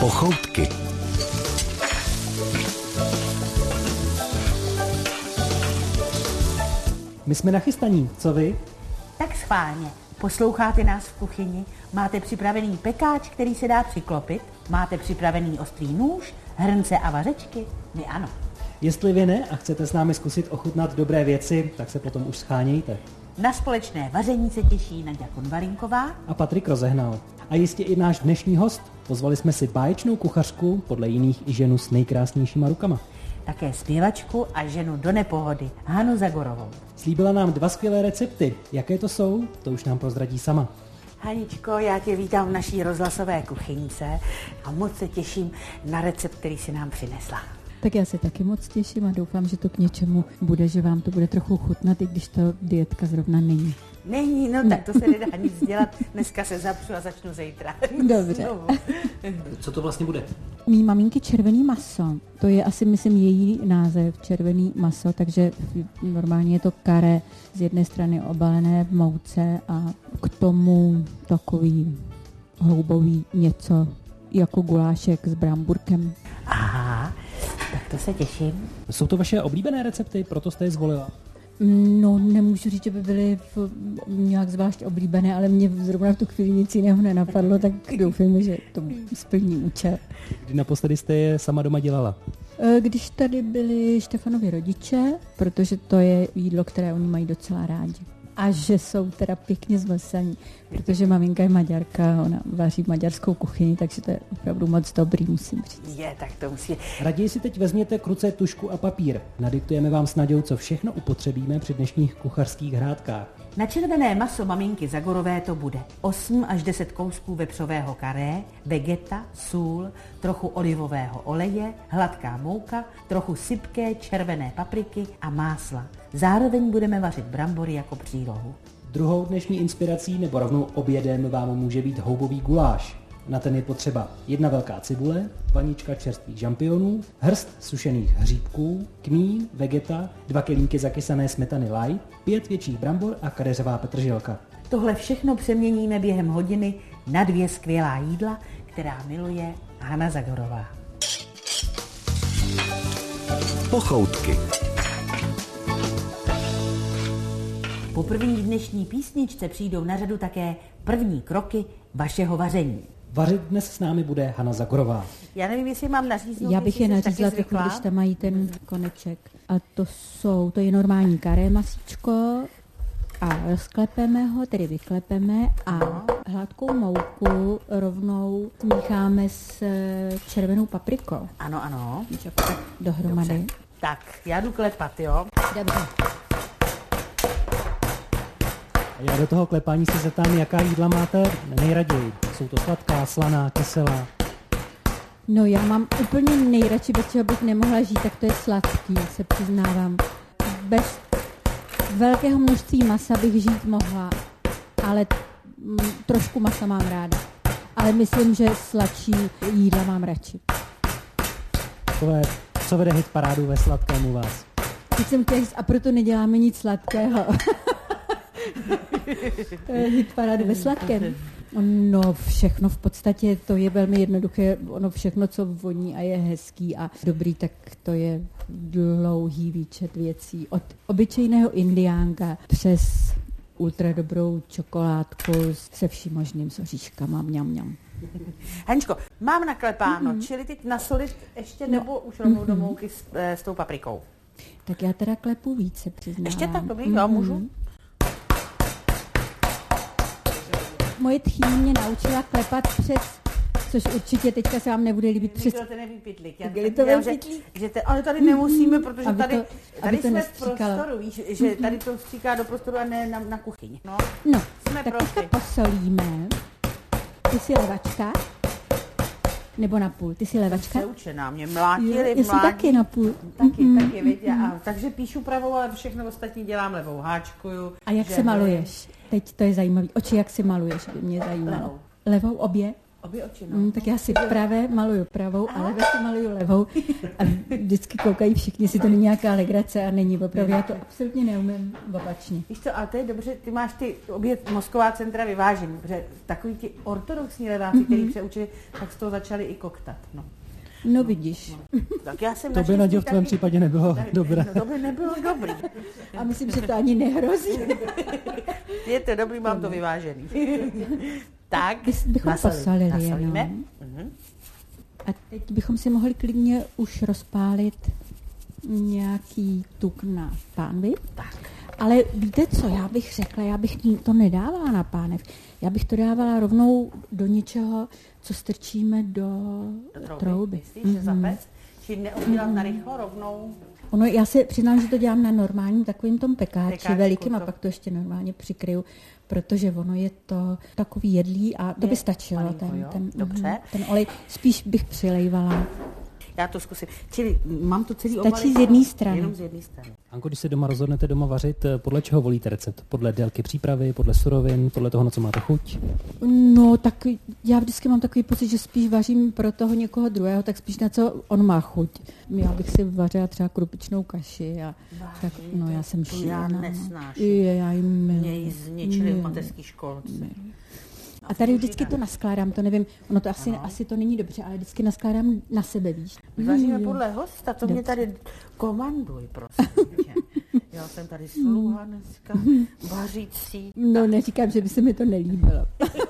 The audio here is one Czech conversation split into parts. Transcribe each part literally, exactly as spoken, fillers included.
Pochoutky. My jsme nachystaní, co vy? Tak schválně. Posloucháte nás v kuchyni, máte připravený pekáč, který se dá přiklopit, máte připravený ostrý nůž, hrnce a vařečky? My ano. Jestli vy ne a chcete s námi zkusit ochutnat dobré věci, tak se potom už schánějte. Na společné vaření se těší Naďa Konvalinková A Patrik Rozehnal. A jistě i náš dnešní host. Pozvali jsme si báječnou kuchařku, podle jiných i ženu s nejkrásnějšíma rukama. také zpěvačku a ženu do nepohody Hanu Zagorovou. Slíbila nám dva skvělé recepty. Jaké to jsou, to už nám prozradí sama. Haničko, já tě vítám v naší rozhlasové kuchyňce a moc se těším na recept, který si nám přinesla. Tak já se taky moc těším a doufám, že to k něčemu bude, že vám to bude trochu chutnat, i když to dietka zrovna není. Není, no tak to se nedá nic dělat. Dneska se zapřu a začnu zítra. Dobře. Co to vlastně bude? Mí maminky červený maso, to je asi, myslím, její název, červený maso, takže normálně je to karé z jedné strany obalené v mouce a k tomu takový hloubový něco jako gulášek s bramburkem. Aha, tak to se těším. Jsou to vaše oblíbené recepty, proto jste je zvolila? No, nemůžu říct, že by byly v, nějak zvlášť oblíbené, ale mě zrovna v tu chvíli nic jiného nenapadlo, tak doufám, že to splní účel. Kdy naposledy jste je sama doma dělala? Když tady byli Štefanovi rodiče, protože to je jídlo, které oni mají docela rádi. A že jsou teda pěkně zmlsaní, protože maminka je Maďarka, ona vaří maďarskou kuchyni, takže to je opravdu moc dobrý, musím říct. Je, tak to musí. Raději si teď vezměte k ruce tužku a papír. Nadiktujeme vám s Naďou, co všechno upotřebíme při dnešních kuchařských hrádkách. Na červené maso maminky Zagorové to bude osm až deset kousků vepřového karé, vegeta, sůl, trochu olivového oleje, hladká mouka, trochu sypké červené papriky a másla. Zároveň budeme vařit brambory jako přílohu. Druhou dnešní inspirací nebo rovnou obědem vám může být houbový guláš. Na ten je potřeba jedna velká cibule, vanička čerstvých žampionů, hrst sušených hříbků, kmín, vegeta, dva kelímky zakysané smetany light, pět větších brambor a kadeřová petrželka. Tohle všechno přeměníme během hodiny na dvě skvělá jídla, která miluje Hana Zagorová. Pochoutky. Po první dnešní písničce přijdou na řadu také první kroky vašeho vaření. Vařit dnes s námi bude Hana Zagorová. Já nevím, jestli mám naříznout. Já bych je nařízla trochu, když tam mají ten koneček. A to jsou, to je normální karé masíčko a rozklepeme ho, tedy vyklepeme a hladkou mouku rovnou mícháme s červenou paprikou. Ano, ano. Tak dohromady. Dobře. Tak, já jdu klepat, jo? Dobře. Já do toho klepání se zeptám, jaká jídla máte nejraději. Jsou to sladká, slaná, kyselá? No já mám úplně nejradši, bez čeho bych nemohla žít, tak to je sladký, se přiznávám. Bez velkého množství masa bych žít mohla, ale m, trošku masa mám ráda. Ale myslím, že sladší jídla mám radši. Takové, co vede hit parádu ve sladkém u vás? Teď jsem chtěla říct, a proto neděláme nic sladkého. Hit parádu ve sladkém. No všechno v podstatě, to je velmi jednoduché, ono všechno, co voní a je hezký a dobrý, tak to je dlouhý výčet věcí. Od obyčejného indiánka přes ultra dobrou čokoládku se vším možným s oříškama, mňam, mňam. Haničko, mám naklepáno, Mm-hmm. čili teď nasolit ještě No. nebo už rovnou Mm-hmm. do mouky s, e, s tou paprikou? Tak já teda klepu více, přiznávám. Ještě tak, dobrý, mm-hmm. jo, můžu? Moje tchýně mě naučila klepat přes, což určitě teďka se vám nebude líbit přes... Nikdo to neví pitlík. Já Tak to to že, pitlík. že te, ale tady nemusíme, protože Aby tady, to- tady aby to jsme v nestříkalo. prostoru, víš, že tady to stříká do prostoru a ne na, na kuchyni. No, No, jsme tak prostě. teďka posolíme. Ty jsi levačka? Nebo na půl? Ty jsi levačka? Se učená, mě Jo, mlátili, já jsem mlátí. taky na půl. Taky, Mhm. taky, vidě. A, takže píšu pravou, ale všechno ostatní dělám levou, háčkuju. A jak že- se maluješ? Teď to je zajímavé. Oči, jak si maluješ, by mě zajímalo. Levou. Levou obě? Obě oči, no. Mm, tak já si pravé maluju pravou, a levé si maluju levou. A vždycky koukají všichni, si to není nějaká legrace a není opravdu. Já to absolutně neumím opačně. Víš co, ale to je dobře, ty máš ty obě mozková centra vyvážený, protože takový ti ortodoxní leváci, mm-hmm. který přeučili, tak z toho začali i koktat, no. No vidíš. No. Tak já jsem to by Naďo v tvém případě nebylo tak, dobré. No, to by nebylo dobrý. A myslím, že to ani nehrozí. Je to dobrý, mám to vyvážený. Tak, bychom posolili nasolíme. Uh-huh. A teď bychom si mohli klidně už rozpálit nějaký tuk na pánvi. Tak. Ale víte co, já bych řekla, já bych to nedávala na pánev. Já bych to dávala rovnou do něčeho, co strčíme do, do trouby. trouby. Myslíš, mm-hmm. že zapec? Či neudělat mm-hmm. narychlo rovnou? Ono, já se přiznám, že to dělám na normálním takovým tom pekáči, Pekáčku, velikým, to. A pak to ještě normálně přikryju, protože ono je to takový jedlý a to by stačilo. Malinko, ten, ten, Dobře. ten olej spíš bych přilejvala. Já to zkusím. Čili mám to celý Stačí obalí, z jedné strany. Jenom z jedné strany. Anko, když se doma rozhodnete doma vařit, podle čeho volíte recept? Podle délky přípravy, podle surovin, podle toho, na co máte chuť? No, tak já vždycky mám takový pocit, že spíš vařím pro toho někoho druhého, tak spíš na co on má chuť. Já bych si vařila třeba krupičnou kaši a Váží, tak, no já jsem šílená. Já nesnáším. Je, já jim Mě ji zničili v mateřské školce. A tady vždycky to naskládám, to nevím, ono to asi, asi to není dobře, ale vždycky naskládám na sebe, víš. Vaříme podle hosta, to mě tady komanduj, prosím tě. Já jsem tady sluha dneska, vařící. No, neříkám, že by se mi to nelíbilo.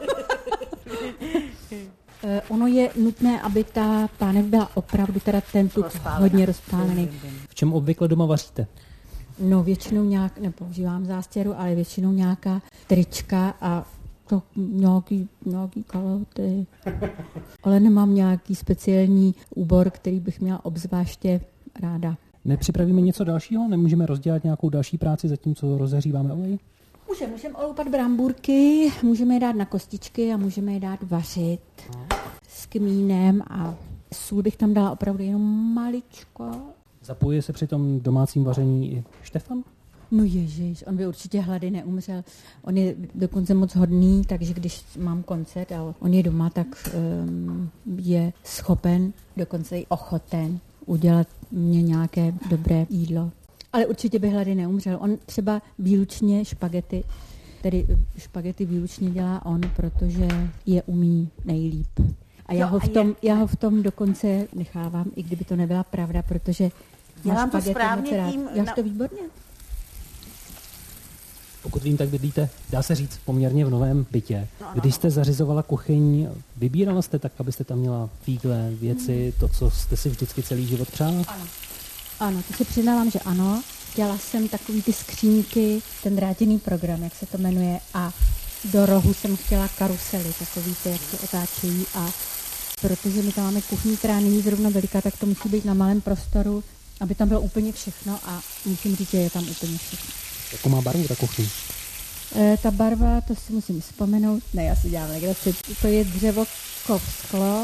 Ono je nutné, aby ta pánev byla opravdu teda ten tuk hodně rozpálený. V čem obvykle doma vaříte? No, většinou nějak, nepoužívám zástěru, ale většinou nějaká trička a to nějaký, nějaký kalhoty. Ale nemám nějaký speciální úbor, který bych měla obzvláště ráda. Nepřipravíme něco dalšího? Nemůžeme rozdělat nějakou další práci, zatímco rozehříváme olej? Můžeme, můžeme oloupat brambůrky, můžeme je dát na kostičky a můžeme je dát vařit s kmínem a sůl bych tam dala opravdu jenom maličko. Zapojuje se při tom domácím vaření i Štefan? No ježiš, on by určitě hlady neumřel. On je dokonce moc hodný, takže když mám koncert a on je doma, tak um, je schopen, dokonce i ochoten udělat mě nějaké dobré jídlo. Ale určitě by hlady neumřel. On třeba výlučně špagety, tedy špagety výlučně dělá on, protože je umí nejlíp. A já, jo, ho, v tom, je... já ho v tom dokonce nechávám, i kdyby to nebyla pravda, protože dělám to správně tím... Já na... to výborně. Pokud vím, tak bydlíte, dá se říct, poměrně v novém bytě. No, no, Když jste zařizovala kuchyň, vybírala jste tak, abyste tam měla fígle, věci, to, co jste si vždycky celý život přála? Ano. Ano, to si přiznávám, že ano. Chtěla jsem takový ty skřínky, ten drátěný program, jak se to jmenuje, a do rohu jsem chtěla karusely, takový ty, jak se otáčejí, a protože my tam máme kuchyň, která není zrovna veliká, tak to musí být na malém prostoru, aby tam bylo úplně všechno, a musím říct, že je tam úplně všechno. Jakou má barvu ta kuchyň? E, ta barva, to si musím vzpomenout, ne, já si dělám legraci, to je dřevo kov sklo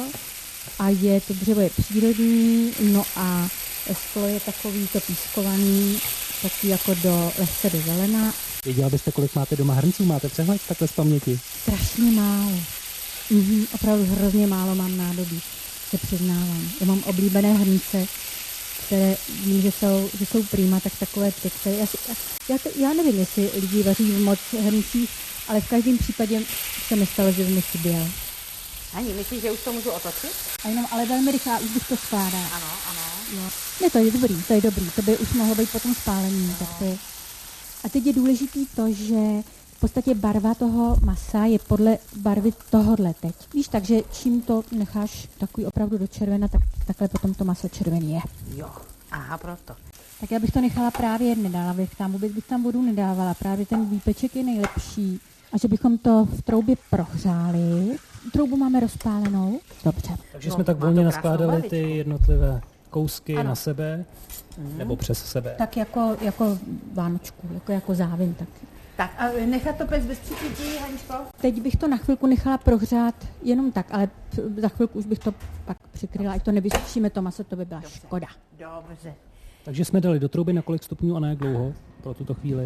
a je, to dřevo je přírodní, no a sklo je takový to pískovaný, taky jako do lehce do zelena. Věděla byste, kolik máte doma hrnců? Máte přehled takhle z paměti? Strašně málo. Mhm, opravdu hrozně málo mám nádobí, se přiznávám. Já mám oblíbené hrnce, které vím, že jsou, že jsou prima, tak takové ty, které... Já, si, já, to, já nevím, jestli lidi vaří v moc hrncích, ale v každém případě se mi stalo, že mi chyběl. Ani, myslíš, že už to můžu otočit? A jenom, ale velmi rychle, už bych to skládala. Ano, ano. Jo. Ne, to je dobrý, to je dobrý, to by už mohlo být potom spálení. Tak to je. A teď je důležitý to, že v podstatě barva toho masa je podle barvy tohodle teď. Víš, takže čím to necháš takový opravdu do červena, tak takhle potom to maso červený je. Jo, aha, proto. Tak já bych to nechala právě, nedala bych tam, vůbec bych tam vodu nedávala, právě ten výpeček je nejlepší. A že bychom to v troubě prohřáli. Troubu máme rozpálenou. Dobře. Takže no, jsme tak volně naskládali ty jednotlivé kousky ano. na sebe, mm. nebo přes sebe. Tak jako, jako vánočku, jako, jako závin. Tak. Tak a nechat to bez bezpřichytí, Haničko? Teď bych to na chvilku nechala prohřát jenom tak, ale za chvilku už bych to pak přikryla, ať to nevysušíme to maso, to by byla Dobře. škoda. Dobře. Takže jsme dali do trouby na kolik stupňů a na jak dlouho pro tuto chvíli?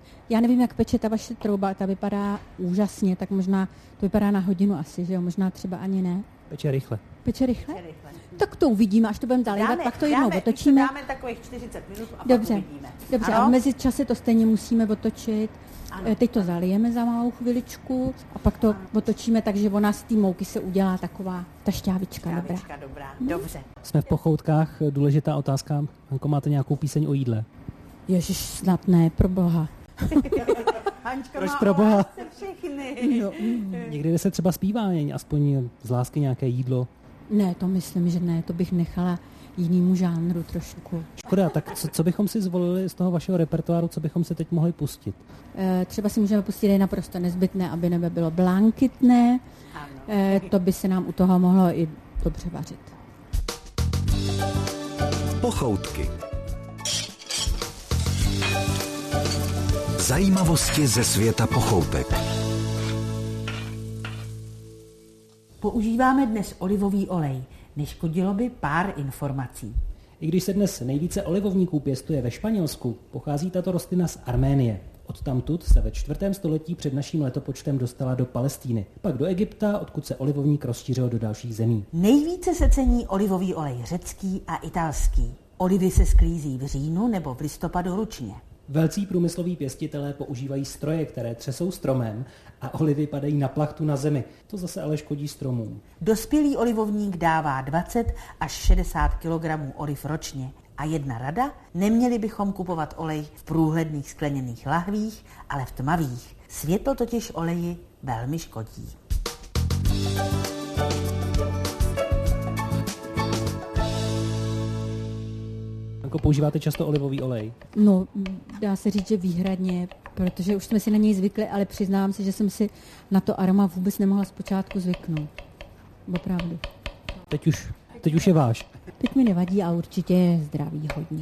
Já nevím, jak peče ta vaše trouba, ta vypadá úžasně, tak možná to vypadá na hodinu asi, že jo, možná třeba ani ne. Peče rychle. Peče rychle? Peče rychle. Tak to uvidíme, až to budeme zalévat, pak to jednou dáme, otočíme. Dáme takových čtyřicet minut a Dobře, pak uvidíme. dobře, Ano? a v mezičase to stejně musíme otočit. Ano. Teď to zalijeme za malou chviličku a pak to otočíme, takže ona z té mouky se udělá taková ta šťávička, dobrá. Šťávička, dobrá. Dobře. Jsme v Pochoutkách, důležitá otázka. Hanko, máte nějakou píseň o jídle? Ježiš, snad ne, pro boha. Hančka Proč má pro boha? o lásce všechny. No, mm. Někdy se třeba zpívá, aspoň z lásky nějaké jídlo. Ne, to myslím, že ne, to bych nechala jinýmu žánru trošku. Škoda, tak co, co bychom si zvolili z toho vašeho repertoáru, co bychom si teď mohli pustit? E, třeba si můžeme pustit je naprosto nezbytné, aby nebe bylo blankitné. Ano. E, to by se nám u toho mohlo i dobře vařit. Pochoutky. Zajímavosti ze světa pochoutek. Používáme dnes olivový olej. Neškodilo by pár informací. I když se dnes nejvíce olivovníků pěstuje ve Španělsku, pochází tato rostlina z Arménie. Odtamtud se ve čtvrtém století před naším letopočtem dostala do Palestíny, pak do Egypta, odkud se olivovník rozšířil do dalších zemí. Nejvíce se cení olivový olej řecký a italský. Olivy se sklízí v říjnu nebo v listopadu ručně. Velcí průmysloví pěstitelé používají stroje, které třesou stromem a olivy padají na plachtu na zemi. To zase ale škodí stromům. Dospělý olivovník dává dvacet až šedesát kilogramů oliv ročně. A jedna rada, neměli bychom kupovat olej v průhledných skleněných lahvích, ale v tmavých. Světlo totiž oleji velmi škodí. Jako používáte často olivový olej? No, dá se říct, že výhradně, protože už jsme si na něj zvykli, ale přiznám si, že jsem si na to aroma vůbec nemohla zpočátku zvyknout. Opravdu. Teď už, teď už je váš. Teď mi nevadí a určitě je zdravý hodně.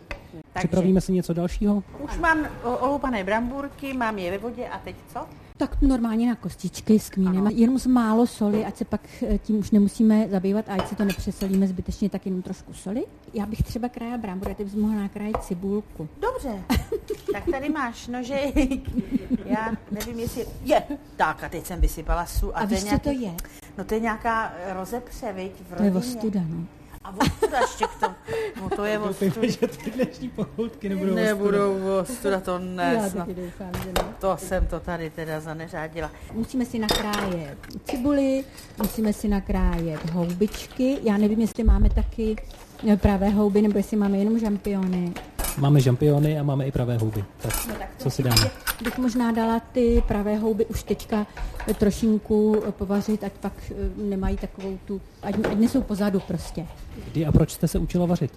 Takže Připravíme si něco dalšího? už mám oloupané bramburky, mám je ve vodě a teď co? Tak normálně na kostičky s kmínem, Ano. jenom s málo soli, ať se pak tím už nemusíme zabývat a ať si to nepřesolíme zbytečně, tak jenom trošku soli. Já bych třeba krájela brambory, ty bys mohla nakrájet cibulku. Dobře, tak tady máš nožejk. Já nevím, jestli... Je, tak a teď jsem vysypala sůl. A, a víš, nějaký... co to je? No to je nějaká rozepře, viď, v To je rodině. ostuda, no. A ostuda ještě k tomu. No to je ostuda. Doufejme, že ty dnešní pochoutky nebudou Nebudou ostuda, to ne. Já snad. taky doufám, že ne. To jsem to tady teda zaneřádila. Musíme si nakrájet cibuli, musíme si nakrájet houbičky. Já nevím, jestli máme taky pravé houby, nebo jestli máme jenom žampiony. Máme žampiony a máme i pravé houby. Tak, No, tak co si dáme? Bych možná dala ty pravé houby už teďka trošinku povařit, ať pak nemají takovou tu, ať, ať nejsou pozadu prostě. Kdy a proč jste se učila vařit?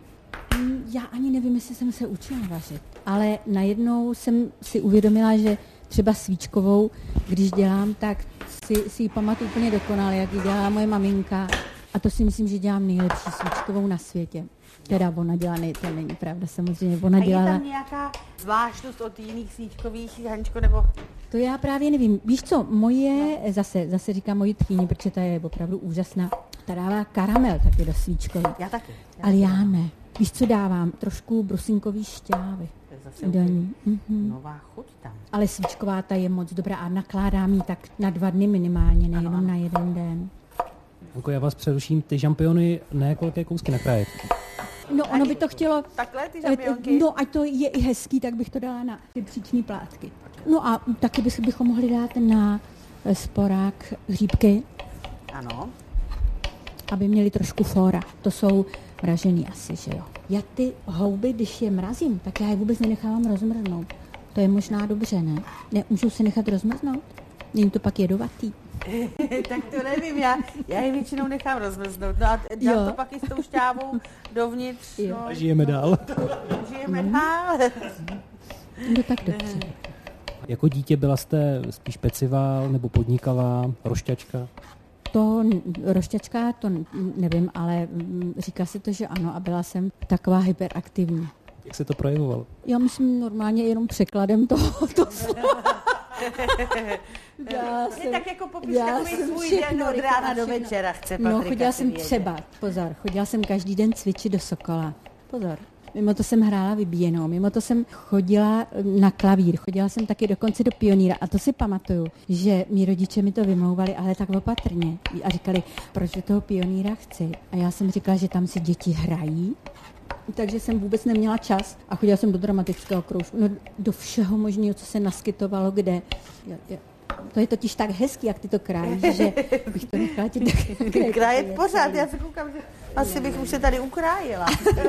Já ani nevím, jestli jsem se učila vařit, ale najednou jsem si uvědomila, že třeba svíčkovou, když dělám, tak si, si ji pamatuju úplně dokonale, jak ji dělala moje maminka. A to si myslím, že dělám nejlepší svíčkovou na světě. Teda ona dělá, ne, to není pravda samozřejmě, ona A je dělala... tam nějaká zvláštnost od jiných svíčkových, Hančko, nebo... To já právě nevím. Víš co, moje, zase, zase říkám moji tchýni, protože ta je opravdu úžasná, ta dává karamel taky do svíčkový. Já taky. Já Ale taky. já ne. Víš, co dávám? Trošku brusinkový šťávy. To je zase Do ní. Mhm. nová chuť tam. Ale svíčková ta je moc dobrá a nakládám ji tak na dva dny minimálně, nejenom ano. na jeden den. Jako já vás přeruším, ty žampiony na jaké kousky nakrájet? No ono by to chtělo... Takhle ty eh, žampionky? No ať to je i hezký, tak bych to dala na ty příční plátky. No a taky bych- bychom mohli dát na eh, sporák hříbky, Ano. aby měli trošku fóra. To jsou mražený asi, že jo. Já ty houby, když je mrazím, tak já je vůbec nenechávám rozmrznout. To je možná dobře, ne? Ne, můžu si nechat rozmrznout? Není to pak jedovatý. Tak to nevím, já, já je většinou nechám rozmrznout. No a dám Jo. to pak i s tou šťávou dovnitř. Jo. No, A žijeme dál. žijeme dál. No tak dobře. Jako dítě byla jste spíš pecivá nebo podnikavá, rošťačka? To n- rošťačka, to n- nevím, ale mm, říká se to, že ano a byla jsem taková hyperaktivní. Jak se to projevovalo? Já myslím normálně jenom překladem toho. To já Je tak jako popis já takový jsem svůj den všechno od rychle rána do všechno. večera, chce No, Patrika chodila si jsem vědět. třeba, pozor, chodila jsem každý den cvičit do Sokola. Pozor. mimo to jsem hrála vybíjenou, mimo to jsem chodila na klavír, chodila jsem taky dokonce do pionýra a to si pamatuju, že mý rodiče mi to vymlouvali, ale tak opatrně a říkali, proč do toho pionýra chci. A já jsem říkala, že tam si děti hrají, takže jsem vůbec neměla čas a chodila jsem do dramatického kroužku, no, do všeho možného, co se naskytovalo, kde. Já, já, to je totiž tak hezký, jak ty to krájíš, že bych to nechala ti tak krájet pořád, já se koukám, že asi bych už se tady ukrájela.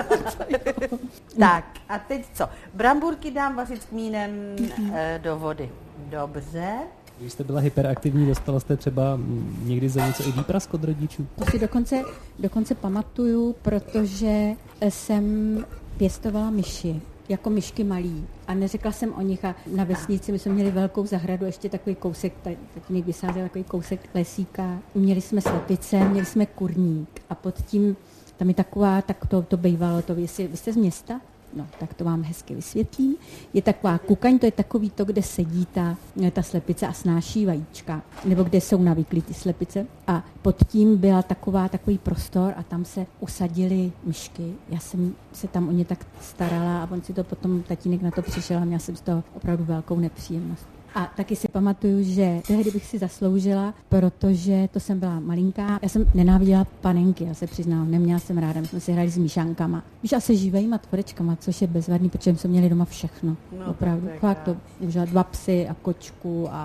Tak, a teď co? Bramburky dám vařit s kmínem e, do vody. Dobře. Když jste byla hyperaktivní, dostala jste třeba někdy za něco i výprask od rodičů? To si dokonce, dokonce pamatuju, protože jsem pěstovala myši, jako myšky malí. A neřekla jsem o nich a na vesnici my jsme měli velkou zahradu, ještě takový kousek, tatínek vysázel takový kousek lesíka. Měli jsme slepice, měli jsme kurník a pod tím, tam je taková, tak to, to bývalo, to vy, jsi, vy jste z města? No, tak to vám hezky vysvětlím. Je taková kukaň, to je takový to, kde sedí ta, ta slepice a snáší vajíčka, nebo kde jsou navyklí ty slepice. A pod tím byla taková, takový prostor a tam se usadily myšky. Já jsem se tam o ně tak starala a on si to potom, tatínek na to přišel a měla jsem z toho opravdu velkou nepříjemnost. A taky si pamatuju, že tehdy bych si zasloužila, protože to jsem byla malinká. Já jsem nenáviděla panenky, já se přiznám, neměla jsem ráda, my jsme si hráli s míšankama. Víš, a se žívejma tvorečkama, což je bezvadný, protože jsme měli doma všechno. No, opravdu, fakt to, už dva psy a kočku a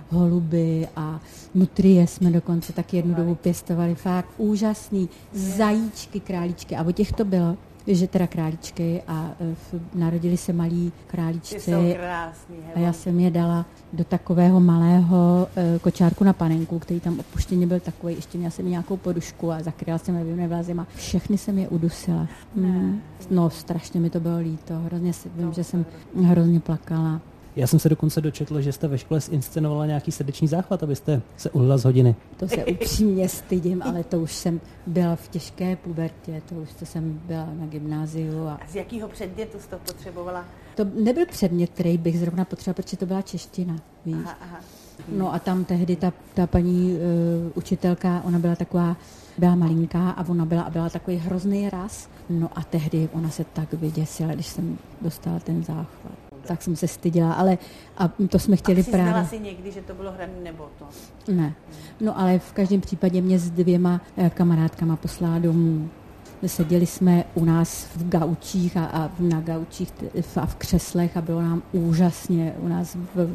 holuby a nutrie jsme dokonce taky jednu dobu pěstovali, fakt úžasný. Zajíčky, králíčky a o těch to bylo. Že teda králíčky a uh, narodili se malí králíčci. Ty jsou krásný, a já jsem je dala do takového malého uh, kočárku na panenku, který tam opuštěně byl takový, ještě měla jsem nějakou podušku a zakryla jsem je nevlázím a všechny jsem je udusila. Mm. No strašně mi to bylo líto, hrozně si vím, že jsem hrozně plakala. Já jsem se dokonce dočetl, že jste ve škole zinscenovala nějaký srdeční záchvat, abyste se uhlila z hodiny. To se upřímně stydím, ale to už jsem byla v těžké pubertě, to už to jsem byla na gymnáziu. A... a z jakého předmětu jsi to potřebovala? To nebyl předmět, který bych zrovna potřebovala, protože to byla čeština, víš. Aha, aha. No a tam tehdy ta, ta paní uh, učitelka, ona byla taková, byla malinká a ona byla, a byla takový hrozný raz. No a tehdy ona se tak vyděsila, když jsem dostala ten záchvat. Tak jsem se styděla, ale a to jsme chtěli a právě... A si někdy, že to bylo hraný nebo to? Ne, no ale v každém případě mě s dvěma kamarádkama poslala domů. Seděli jsme u nás v gaučích a, a na gaučích a v křeslech a bylo nám úžasně u nás v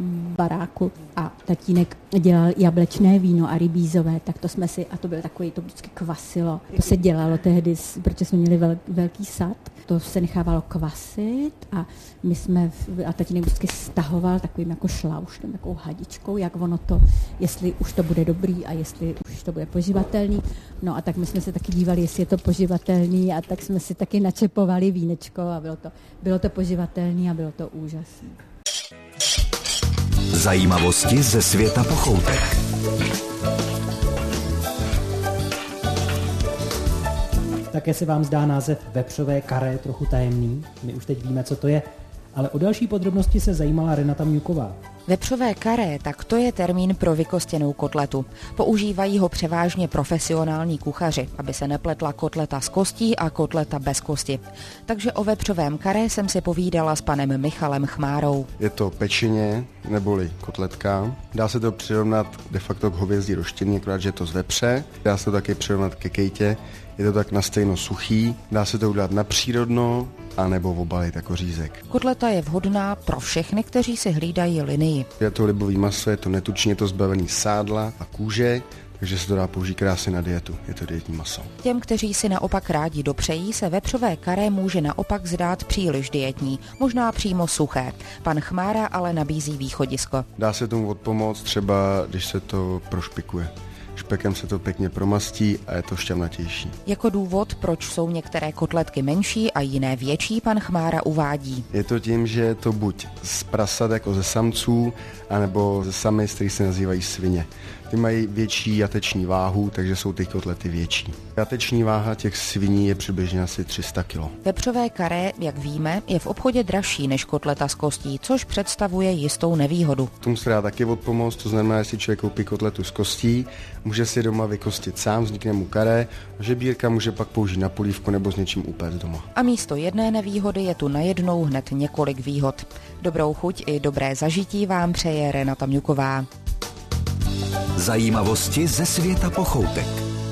baráku a tatínek dělal jablečné víno a rybízové, tak to jsme si, a to byl takový, to vždycky kvasilo. To se dělalo tehdy, protože jsme měli vel, velký sad, to se nechávalo kvasit a my jsme, a tatínek vždycky stahoval takovým jako šlauštem, takovou hadičkou, jak ono to, jestli už to bude dobrý a jestli už to bude poživatelný. No a tak my jsme se taky dívali, jestli je to poživatelný a tak jsme si taky načepovali vínečko a bylo to, bylo to poživatelný a bylo to úžasné. Zajímavosti ze světa pochoutek. Také se vám zdá název vepřové karé trochu tajemný. My už teď víme, co to je, ale o další podrobnosti se zajímala Renata Mňuková. Vepřové karé, tak to je termín pro vykostěnou kotletu. Používají ho převážně profesionální kuchaři, aby se nepletla kotleta s kostí a kotleta bez kosti. Takže o vepřovém karé jsem si povídala s panem Michalem Chmárou. Je to pečeně neboli kotletka. Dá se to přirovnat de facto k hovězdí roštění, akorát, že je to z vepře. Dá se to taky přirovnat ke kejtě. Je to tak na stejno suchý. Dá se to udělat na přírodno, anebo obalit jako řízek. Kotleta je vhodná pro všechny, kteří si hlídají linii. Je to libový maso, je to netučně, je to zbavený sádla a kůže, takže se to dá použít krásně na dietu. Je to dietní maso. Těm, kteří si naopak rádi dopřejí, se vepřové karé může naopak zdát příliš dietní, možná přímo suché. Pan Chmára ale nabízí východisko. Dá se tomu odpomoct třeba, když se to prošpikuje. Špekem se to pěkně promastí a je to šťavnatější. Jako důvod, proč jsou některé kotletky menší a jiné větší, pan Chmára uvádí. Je to tím, že je to buď z prasat jako ze samců, anebo ze samic, který se nazývají svině. ty mají větší jateční váhu, takže jsou ty kotlety větší. Jateční váha těch sviní je přibližně asi tři sta kilo. Vepřové karé, jak víme, je v obchodě dražší než kotleta z kostí, což představuje jistou nevýhodu. Tomu se dá taky odpomoct, to znamená, jestli člověk koupí kotletu z kostí, může si doma vykostit sám, vznikne mu karé, žebírka může pak použít na polívku nebo s něčím upéct doma. A místo jedné nevýhody je tu najednou hned několik výhod. Dobrou chuť i dobré zažití vám přeje Renata Mňuková. Zajímavosti ze světa pochoutek.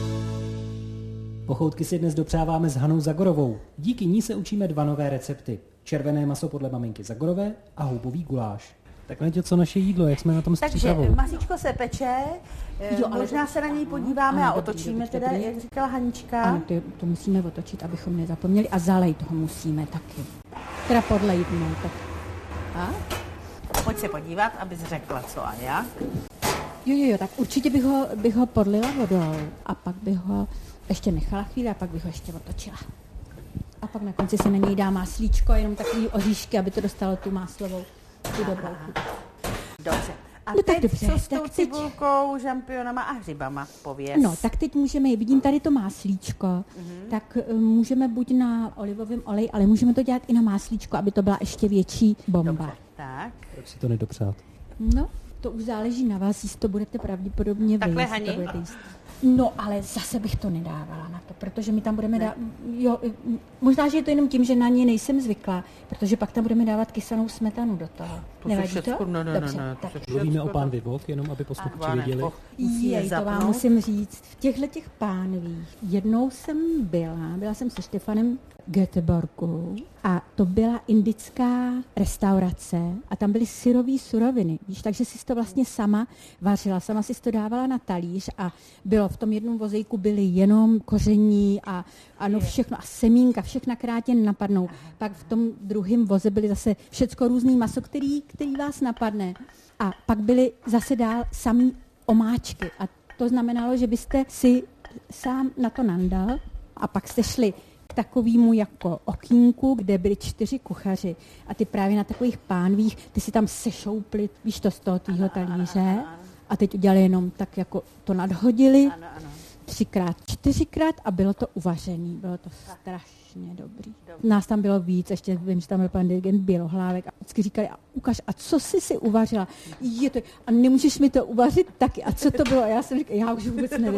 Pochoutky si dnes dopřáváme s Hanou Zagorovou. Díky ní se učíme dva nové recepty. Červené maso podle maminky Zagorové a houbový guláš. Tak Letě, co naše jídlo, jak jsme na tom s přípravou? Takže masíčko se peče, jo, ale možná se na něj podíváme ano, a dobrý, otočíme dobrý, teda, dobrý. jak říkala Hanička. Ano, ty, to musíme otočit, abychom nezapomněli a zalejt ho musíme taky. Teda podlejt, no, tak. A? Pojď se podívat, abys řekla co a jak. Jo, jo, jo, tak určitě bych ho, bych ho podlila vodou a pak bych ho ještě nechala chvíli a pak bych ho ještě otočila. A pak na konci se na něj dá máslíčko, jenom takový oříšky, aby to dostalo tu máslovou, tu dobrou chuť. Dobře. A No tak teď dobře, co s tou tak teď- cibulkou, žampionama a hřibama, pověz. No, tak teď můžeme, vidím tady to máslíčko, mm-hmm. tak uh, můžeme buď na olivovém oleji, ale můžeme to dělat i na máslíčko, aby to byla ještě větší bomba. Dobře, tak. Proč si to nedopřát? No, to už záleží na vás, jestli to budete pravděpodobně Takhle, vy, jestli Hani? to budete jíst. No, ale zase bych to nedávala na to, protože my tam budeme dávat, jo, možná, že je to jenom tím, že na ně nejsem zvyklá, protože pak tam budeme dávat kysanou smetanu do toho. To Nevadí se všecko, to? ne, ne, ne, Dobře, ne, to tak. se Mluvíme o všecko- pánvi vok, jenom aby posluchači Pane, věděli. Boh, musí je Jej, to vám zapnout. musím říct. V těchto těch pánvích jednou jsem byla, byla jsem se Štefanem Göteborgu a to byla indická restaurace a tam byly syrové suroviny, víš, takže si to vlastně sama vařila, sama si to dávala na talíř a bylo v tom jednom vozejku byly jenom koření a ano všechno a semínka, všechna krátě napadnou. Pak v tom druhém voze byly zase všecko různý maso, který, který vás napadne. A pak byly zase dál samý omáčky a to znamenalo, že byste si sám na to nandal a pak jste šli k takovému jako okýnku, kde byli čtyři kuchaři a ty právě na takových pánvích, ty si tam sešoupli, víš to, z toho tvýho talíře a teď udělali jenom tak, jako to nadhodili Ano, ano. třikrát, čtyřikrát a bylo to uvařený, bylo to strašně dobrý. Nás tam bylo víc, ještě vím, že tam byl pan dirigent Bělohlávek a vždycky říkali, a ukaž, a co jsi si uvařila? Je to, a nemůžeš mi to uvařit taky, a co to bylo? A já jsem říkala, já už vůbec nevím.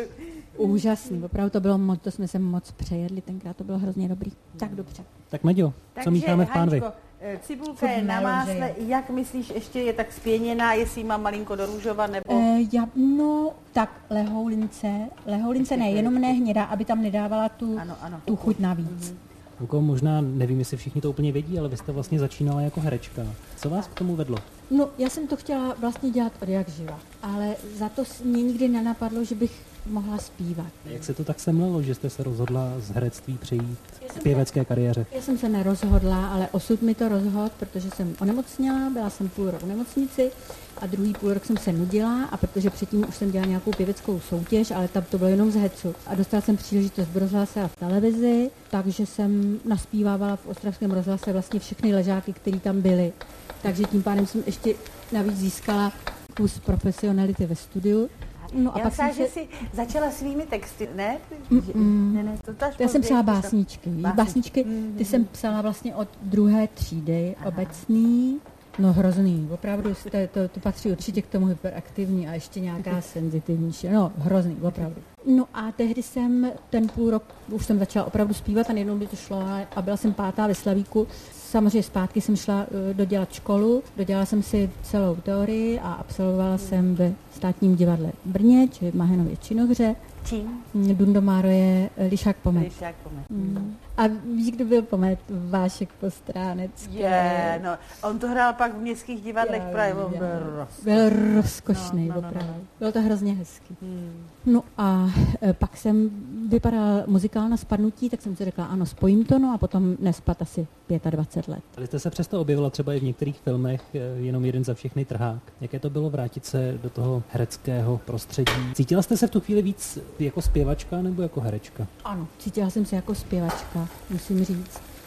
Úžasný, opravdu to bylo moc, to jsme se moc přejedli, tenkrát to bylo hrozně dobrý. Tak dobře. Tak Maďo, co mícháme v pánvi? Haničko, eh, cibulka Furt je na melon, másle, že jo. jak myslíš, ještě je tak spěněná, jestli má malinko do růžova, nebo... E, já, no, tak lehoulince, lehoulince ne, jenom ne hnědá, aby tam nedávala tu, Ano, ano. tu chuť navíc. Luko, možná, nevím, jestli všichni to úplně vědí, ale vy jste vlastně začínala jako herečka. Co vás k tomu vedlo? No, já jsem to chtěla vlastně dělat od jak živa, ale za to s- mě nikdy nenapadlo, že bych mohla zpívat. Jak se to tak semlelo, že jste se rozhodla z herectví přejít k pěvecké kariéře? Já jsem se nerozhodla, ale osud mi to rozhodl, protože jsem onemocněla, byla jsem půl rok v nemocnici a druhý půl rok jsem se nudila a protože předtím už jsem dělala nějakou pěveckou soutěž, ale tam to bylo jenom z hecu. A dostala jsem příležitost v rozhlase a v televizi, takže jsem naspívávala v ostravském rozhlase vlastně všechny ležáky, které tam byly. Takže tím pádem jsem ještě navíc získala kus profesionality ve studiu. No a Já pak myslím, jsem že se... jsi začala svými texty, ne? Mm-mm. Ne, ne, to taž Já jsem později psala přišla. básničky. víš, Básničky. Básničky, ty jsem psala vlastně od druhé třídy, obecný. No hrozný, opravdu, to, to, to patří určitě k tomu hyperaktivní a ještě nějaká senzitivnější. No hrozný, opravdu. No a tehdy jsem ten půl rok, už jsem začala opravdu zpívat a najednou by to šlo a byla jsem pátá ve Slavíku. Samozřejmě zpátky jsem šla uh, dodělat školu, dodělala jsem si celou teorii a absolvovala jsem ve Státním divadle v Brně, či v Mahenově Činohře. Čím? Dundomáro je Lišák Pomet. Když jak pomet. Mm. A víš, kdo byl Pomet? Vášek Postránecký. Je, no, on to hrál pak v městských divadlech Já právě, vím, on já byl vím. roz... Byl rozkošný, No, no, no, no, opravdu. no. Bylo to hrozně hezký. Hmm. No a e, pak jsem vypadala muzikál na spadnutí, tak jsem si řekla, ano, spojím to, no a potom nespat asi dvacet pět let. Ale jste se přesto objevila třeba i v některých filmech, eh, jenom jeden za všechny trhák. Jaké to bylo vrátit se do toho hereckého prostředí? Cítila jste se v tu chvíli víc jako zpěvačka nebo jako herečka? Ano, cítila jsem se jako zpěvačka, musím říct.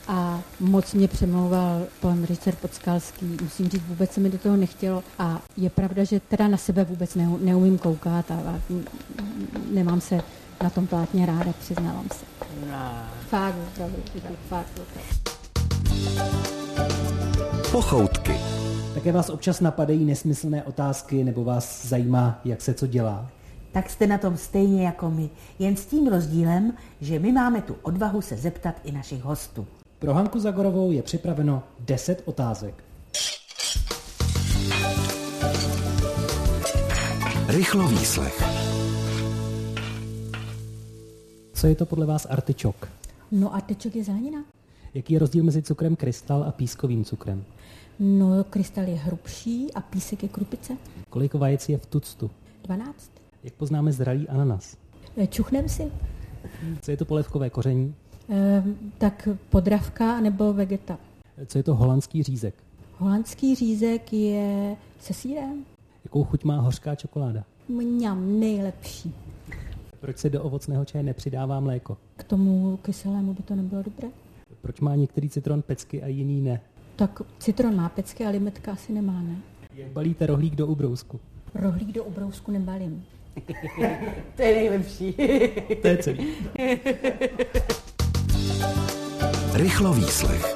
a moc mě přemlouval pan Richard Podskalský. Musím říct, vůbec se mi do toho nechtělo a je pravda, že teda na sebe vůbec neumím koukat a, a nemám se na tom plátně ráda, přiznávám se. No. Fakt, opravdu, fakt, opravdu. Pochoutky. Také vás občas napadají nesmyslné otázky nebo vás zajímá, jak se co dělá? Tak jste na tom stejně jako my, jen s tím rozdílem, že my máme tu odvahu se zeptat i našich hostů. Pro Hanku Zagorovou je připraveno deset otázek. Rychlovýslech. Co je to podle vás artičok? No artičok je zelenina. Jaký je rozdíl mezi cukrem krystal a pískovým cukrem? No krystal je hrubší a písek je krupice. Kolik vajec je v tuctu? dvanáct. Jak poznáme zralý ananas? Čuchnem si. Co je to polévkové koření? E, tak podravka nebo vegeta. Co je to holandský řízek? Holandský řízek je se sýrem. Jakou chuť má hořká čokoláda? Mňam, nejlepší. Proč se do ovocného čaje nepřidává mléko? K tomu kyselému by to nebylo dobré. Proč má některý citron pecky a jiný ne? Tak citron má pecky a limetka asi nemá, ne? Jak balíte rohlík do ubrousku? Rohlík do ubrousku nebalím. To je nejlepší. To je celý. Rychlovýslech.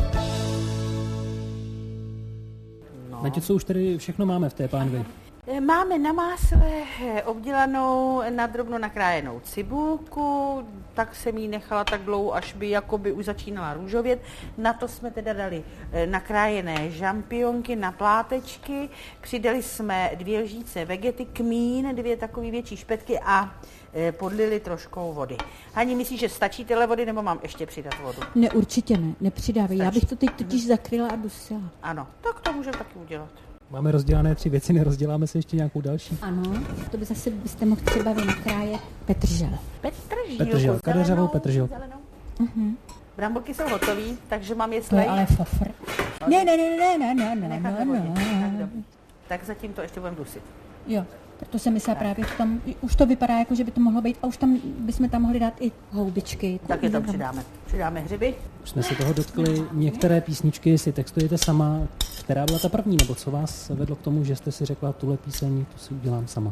No. Na co už tady všechno máme v té pánvi? Máme na másle obdělanou, nadrobno nakrájenou cibulku, tak jsem ji nechala tak dlouho, až by jakoby už začínala růžovět. Na to jsme teda dali nakrájené žampionky na plátečky, přidali jsme dvě lžíce vegety, kmín, dvě takové větší špetky a podlili troškou vody. Hani, myslíš, že stačí tyhle vody, nebo mám ještě přidat vodu? Ne, určitě ne, nepřidávej. Já bych to teď totiž zakryla a dusila. Ano, tak to můžeme taky udělat. Máme rozdělané tři věci, nerozděláme se ještě nějakou další? Ano, to by zase byste mohl třeba vy nakrájet petržel. Petržílku, Petržel, kadeřavou petržel. Uh-huh. Bramborky jsou hotový, takže mám je To je slej. ale fofr. Ne, ne, ne, ne, ne, ne, ne, Nechat ne, ve vodě. ne. Tak, dobrý. Tak zatím to ještě budeme dusit. Jo, proto jsem myslela právě v tom, už to vypadá jako, že by to mohlo být, a už tam bychom tam mohli dát i houbičky. Tak je tam přidáme. Přidáme hřiby. Už jsme se toho dotkli. Některé písničky si textujete sama. Která byla ta první, nebo co vás vedlo k tomu, že jste si řekla, tuhle píseň, tu si udělám sama?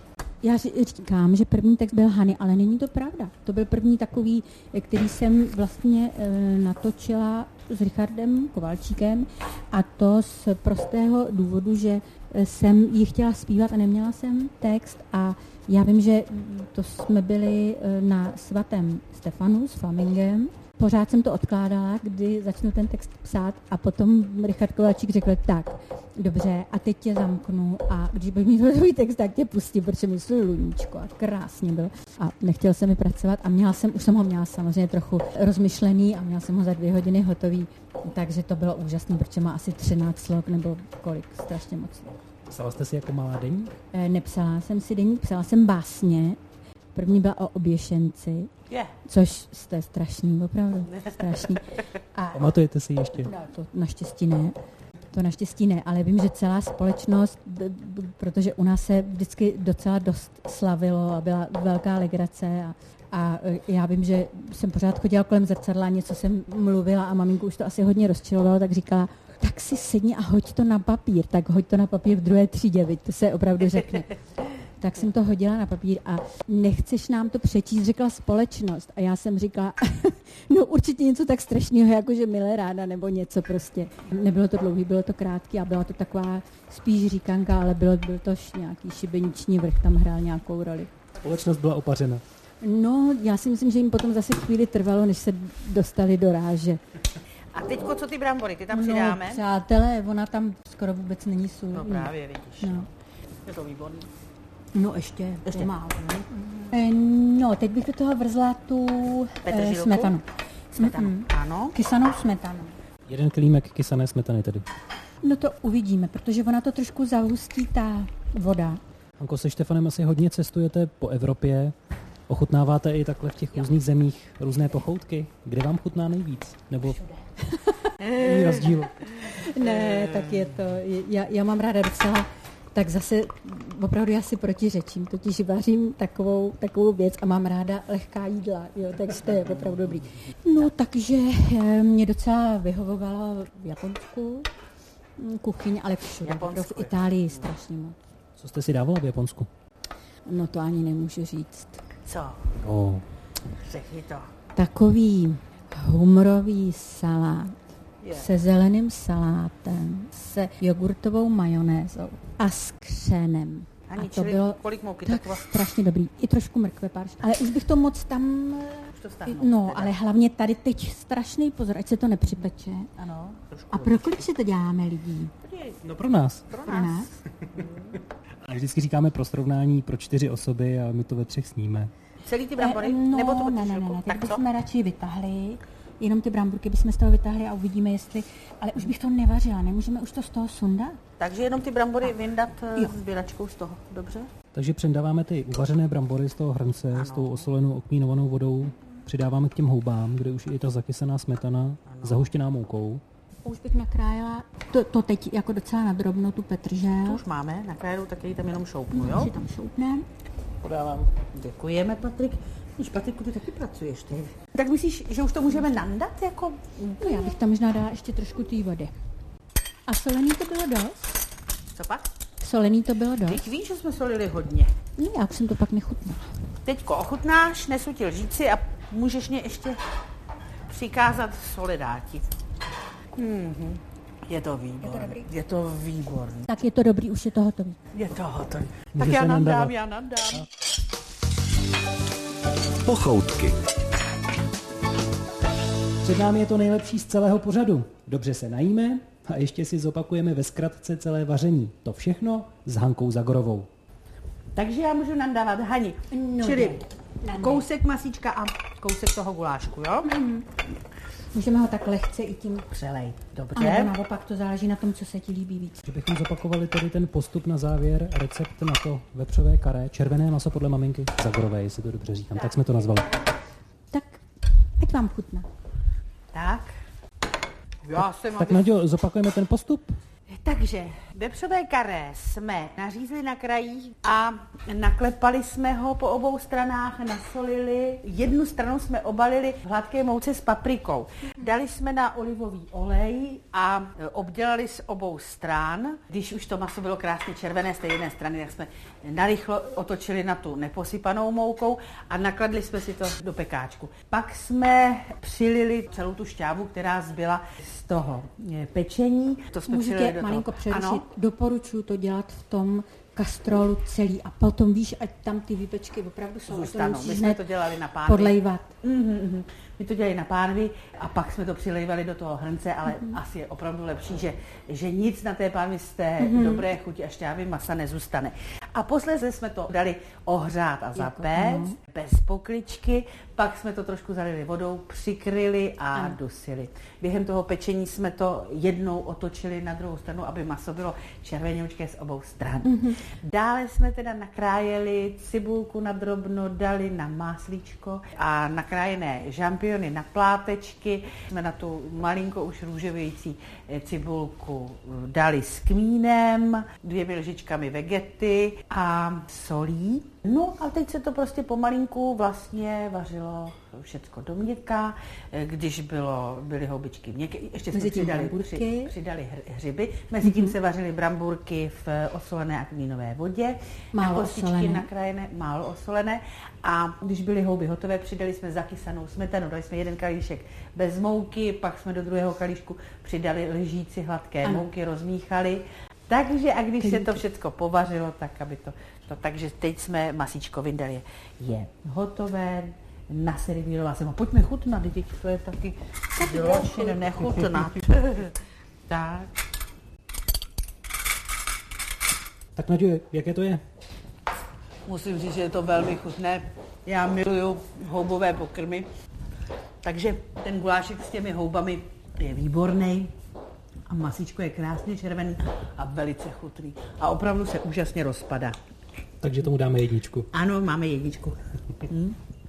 Já říkám, že první text byl Hany, ale není to pravda. To byl první takový, který jsem vlastně e, natočila s Richardem Kovalčíkem, a to z prostého důvodu, že jsem ji chtěla zpívat a neměla jsem text, a já vím, že to jsme byli na svatém Stefanu s Flamingem. Pořád jsem to odkládala, kdy začnu ten text psát, a potom Richard Kovalčík řekl, tak, dobře, a teď tě zamknu, a když bych mít tvůj text, tak tě pustím, protože mi svůj luníčko, a krásně byl. A nechtěl jsem mi pracovat a měla jsem, už jsem ho měla samozřejmě trochu rozmyšlený a měla jsem ho za dvě hodiny hotový, takže to bylo úžasné, protože má asi třináct slok, nebo kolik, strašně moc. Psala jste si jako malá deník? E, nepsala jsem si deník, psala jsem básně. První byla o oběšenci, Je. což jste strašný, opravdu strašný. A Pamatujete si ještě? no, to naštěstí ne. To naštěstí ne, ale vím, že celá společnost, b- b- protože u nás se vždycky docela dost slavilo a byla velká legrace, a, a já vím, že jsem pořád chodila kolem zrcadla, něco jsem mluvila a maminku už to asi hodně rozčilovalo, tak říkala, tak si sedni a hoď to na papír, tak hoď to na papír v druhé třídě, viď, to se opravdu řekne. Tak jsem to hodila na papír a nechceš nám to přečíst, řekla společnost. A já jsem říkala, no určitě něco tak strašného, jako že milé ráda, nebo něco prostě. Nebylo to dlouhý, bylo to krátký a byla to taková spíš říkanka, ale byl, byl to nějaký šibeniční vrch, tam hrál nějakou roli. Společnost byla opařena. No, já si myslím, že jim potom zase chvíli trvalo, než se dostali do ráže. A teďko co ty brambory, ty tam přidáme? No, přátelé, ona tam skoro vůbec není sůl. No právě, vidíš. No. Je to výborný. No ještě, Ještě málo. Ne? No, teď bych do toho vrzla tu eh, smetanu. Smetanu, Mm-mm. ano. Kysanou smetanu. Jeden klímek kysané smetany tedy. No to uvidíme, protože ona to trošku zahustí, ta voda. Hanko, se Štefanem asi hodně cestujete po Evropě. Ochutnáváte i takhle v těch různých zemích různé pochoutky? Kde vám chutná nejvíc? Nebo není rozdíl? Ne, tak je to, já, já mám ráda docela tak zase opravdu já si protiřečím, totiž vařím takovou, takovou věc a mám ráda lehká jídla, jo, takže to je opravdu dobrý. No takže mě docela vyhovovalo v Japonsku kuchyň, ale všude, v Itálii strašně moc. Co jste si dávala v Japonsku? No to ani nemůžu říct. Co? Oh. Řekni to. Takový humrový salát Je. se zeleným salátem, se jogurtovou majonézou a s křenem. Ani A to čili bylo kolik mouky? tak Taková... strašně dobrý. I trošku mrkve párš. Ale už bych to moc tam... Už to stáhnout, No, teda. ale hlavně tady teď strašný pozor, ať se to nepřipeče. Ano. Trošku. A pro kolik si to děláme lidí? No pro nás. Pro Pro nás. nás? A vždycky říkáme pro srovnání pro čtyři osoby a my to ve třech sníme. Celý ty brambory? Eh, no, Nebo to ne, ne, ne, ne, tak teď co? bychom radši vytahli. Jenom ty bramburky bychom z toho vytahli a uvidíme, jestli... Ale už bych to nevařila, nemůžeme už to z toho sundat? Takže jenom ty brambory vyndat Jo. s běračkou z toho, dobře? Takže přendáváme ty uvařené brambory z toho hrnce ano. s tou osolenou okmínovanou vodou. Přidáváme k těm houbám, kde už je ta zakysaná smetana, ano. zahuštěná moukou. Už bych nakrájela to, to teď jako docela nadrobno, tu petržel. To už máme, na krajeru, tak ji tam jenom šoupnu, jo? Si tam šoupneme. Podávám. Děkujeme, Patrik. Víš, Patriku, ty taky pracuješ, ty. Tak myslíš, že už to můžeme nandat, jako... No já bych tam možná dala ještě trošku té vody. A solený to bylo dost? Co pak? Solený to bylo dost? Teď víš, že jsme solili hodně. No já už jsem to pak nechutnala. Teďko ochutnáš, nesu ti lžíci a můžeš mě ještě přikázat soli dáti. Mhm. Je to výborný. Je to výborný. Tak je to dobrý, už je to hotový. Je to hotový. Tak Může já se nandám, nandávat. já nandám. Pochoutky. Před námi je to nejlepší z celého pořadu. Dobře se najíme a ještě si zopakujeme ve zkratce celé vaření. To všechno s Hankou Zagorovou. Takže já můžu nandávat, Hani. No Čili dej, nandej. kousek masíčka a kousek toho gulášku, jo? Mm. Můžeme ho tak lehce i tím... Přelej. A nebo Dobře. naopak to záleží na tom, co se ti líbí víc. Že bychom zopakovali tedy ten postup na závěr, recept na to vepřové karé, červené maso podle maminky Zagorové, jestli to dobře říkám. Tak jsme to nazvali. Tak, ať vám chutná. Tak. Já jsem... Tak Naďo, zopakujeme ten postup? Takže vepřové karé jsme nařízli na krajích a naklepali jsme ho po obou stranách, nasolili. Jednu stranu jsme obalili v hladké mouce s paprikou. Dali jsme na olivový olej a obdělali z obou stran. Když už to maso bylo krásně červené z té jedné strany, tak jsme narychlo otočili na tu neposypanou moukou a nakladli jsme si to do pekáčku. Pak jsme přilili celou tu šťávu, která zbyla z toho pečení. To jsme přilili Můžete do malinko toho. přerušit. Ano. Doporučuji to dělat v tom kastrolu celý a potom víš, ať tam ty výpečky opravdu jsou. Zůstanou. My jsme to dělali na pánvi. podlejvat. Mm-hmm. My to dělali na pánvi a pak jsme to přilejvali do toho hrnce, ale mm-hmm. asi je opravdu lepší, že, že nic na té pánvi z té mm-hmm. dobré chuti a šťávy masa nezůstane. A posléze jsme to dali ohřát a zapéct, Jako, bez pokličky, pak jsme to trošku zalili vodou, přikryli a ano. dusili. Během toho pečení jsme to jednou otočili na druhou stranu, aby maso bylo červeňoučké z obou stran. Mm-hmm. Dále jsme teda nakrájeli cibulku na drobno, dali na máslíčko a nakrájené žampiony na plátečky. Jsme na tu malinko už růžovějící cibulku dali s kmínem, dvěmi lžičkami vegety a solí. No a teď se to prostě pomalinku vlastně vařilo všecko do měkka, když bylo, byly houbičky měkké, ještě jsme přidali, při, přidali hřiby, mezi tím mm-hmm. se vařily bramburky v osolené a kmínové vodě, málo kostičky nakrájené, málo osolené a když byly houby hotové, přidali jsme zakysanou smetanu, dali jsme jeden kalíšek bez mouky, pak jsme do druhého kalíšku přidali lžíci hladké ano. mouky, rozmíchali. Takže a když se to všechno povařilo, tak aby to, to takže teď jsme masíčko vyndali. Je hotové, naservírovala jsem ho. Pojďme chutnat, teď to je taky zločin nechutnat. Tak. Tak Naďo, jaké to je? Musím říct, že je to velmi chutné. Já miluju houbové pokrmy, takže ten gulášek s těmi houbami je výborný. A masíčko je krásně červený a velice chutný. A opravdu se úžasně rozpadá. Takže tomu dáme jedničku. Ano, máme jedničku. Hm?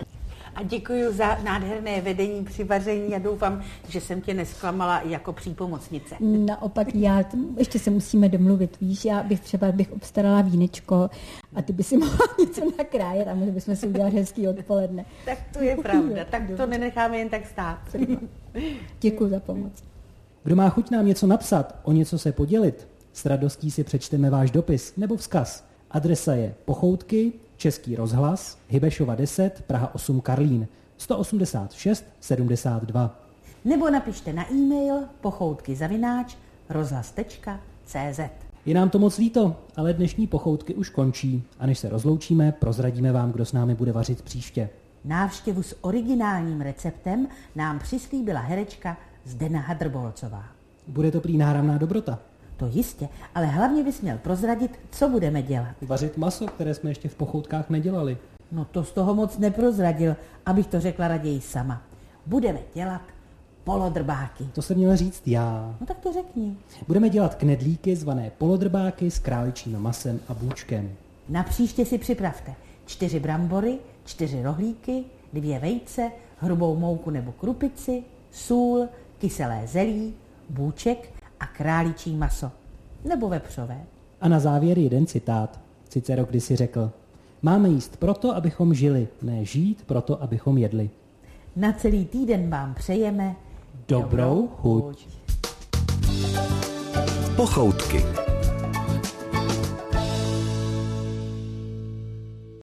A děkuji za nádherné vedení při vaření a doufám, že jsem tě nesklamala i jako přípomocnice. Naopak já, ještě se musíme domluvit, víš, já bych třeba bych obstarala vínečko a ty by si mohla něco nakrájet a mohli bychom si udělat hezký odpoledne. Tak to je pravda, tak to nenecháme jen tak stát. Děkuji za pomoc. Kdo má chuť nám něco napsat, o něco se podělit, s radostí si přečteme váš dopis nebo vzkaz. Adresa je Pochoutky, Český rozhlas, Hybešova deset, Praha osm Karlín, sto osmdesát šest sedmdesát dva. Nebo napište na e-mail pochoutky zavináč rozhlas tečka cé zet. Je nám to moc líto, ale dnešní Pochoutky už končí a než se rozloučíme, prozradíme vám, kdo s námi bude vařit příště. Návštěvu s originálním receptem nám přislíbila herečka Zdena Hadrbolcová. Bude to prý náramná dobrota. To jistě, ale hlavně bys měl prozradit, co budeme dělat. Vařit maso, které jsme ještě v Pochoutkách nedělali. No to z toho moc neprozradil, abych to řekla raději sama. Budeme dělat polodrbáky. To jsem měla říct já. No tak to řekni. Budeme dělat knedlíky zvané polodrbáky s králičím masem a bůčkem. Na příště si připravte čtyři brambory, čtyři rohlíky, dvě vejce, hrubou mouku nebo krupici, sůl, kyselé zelí, bůček a králičí maso. Nebo vepřové. A na závěr jeden citát. Cicero kdysi řekl: máme jíst proto, abychom žili, ne žít proto, abychom jedli. Na celý týden vám přejeme dobrou chuť. Pochoutky.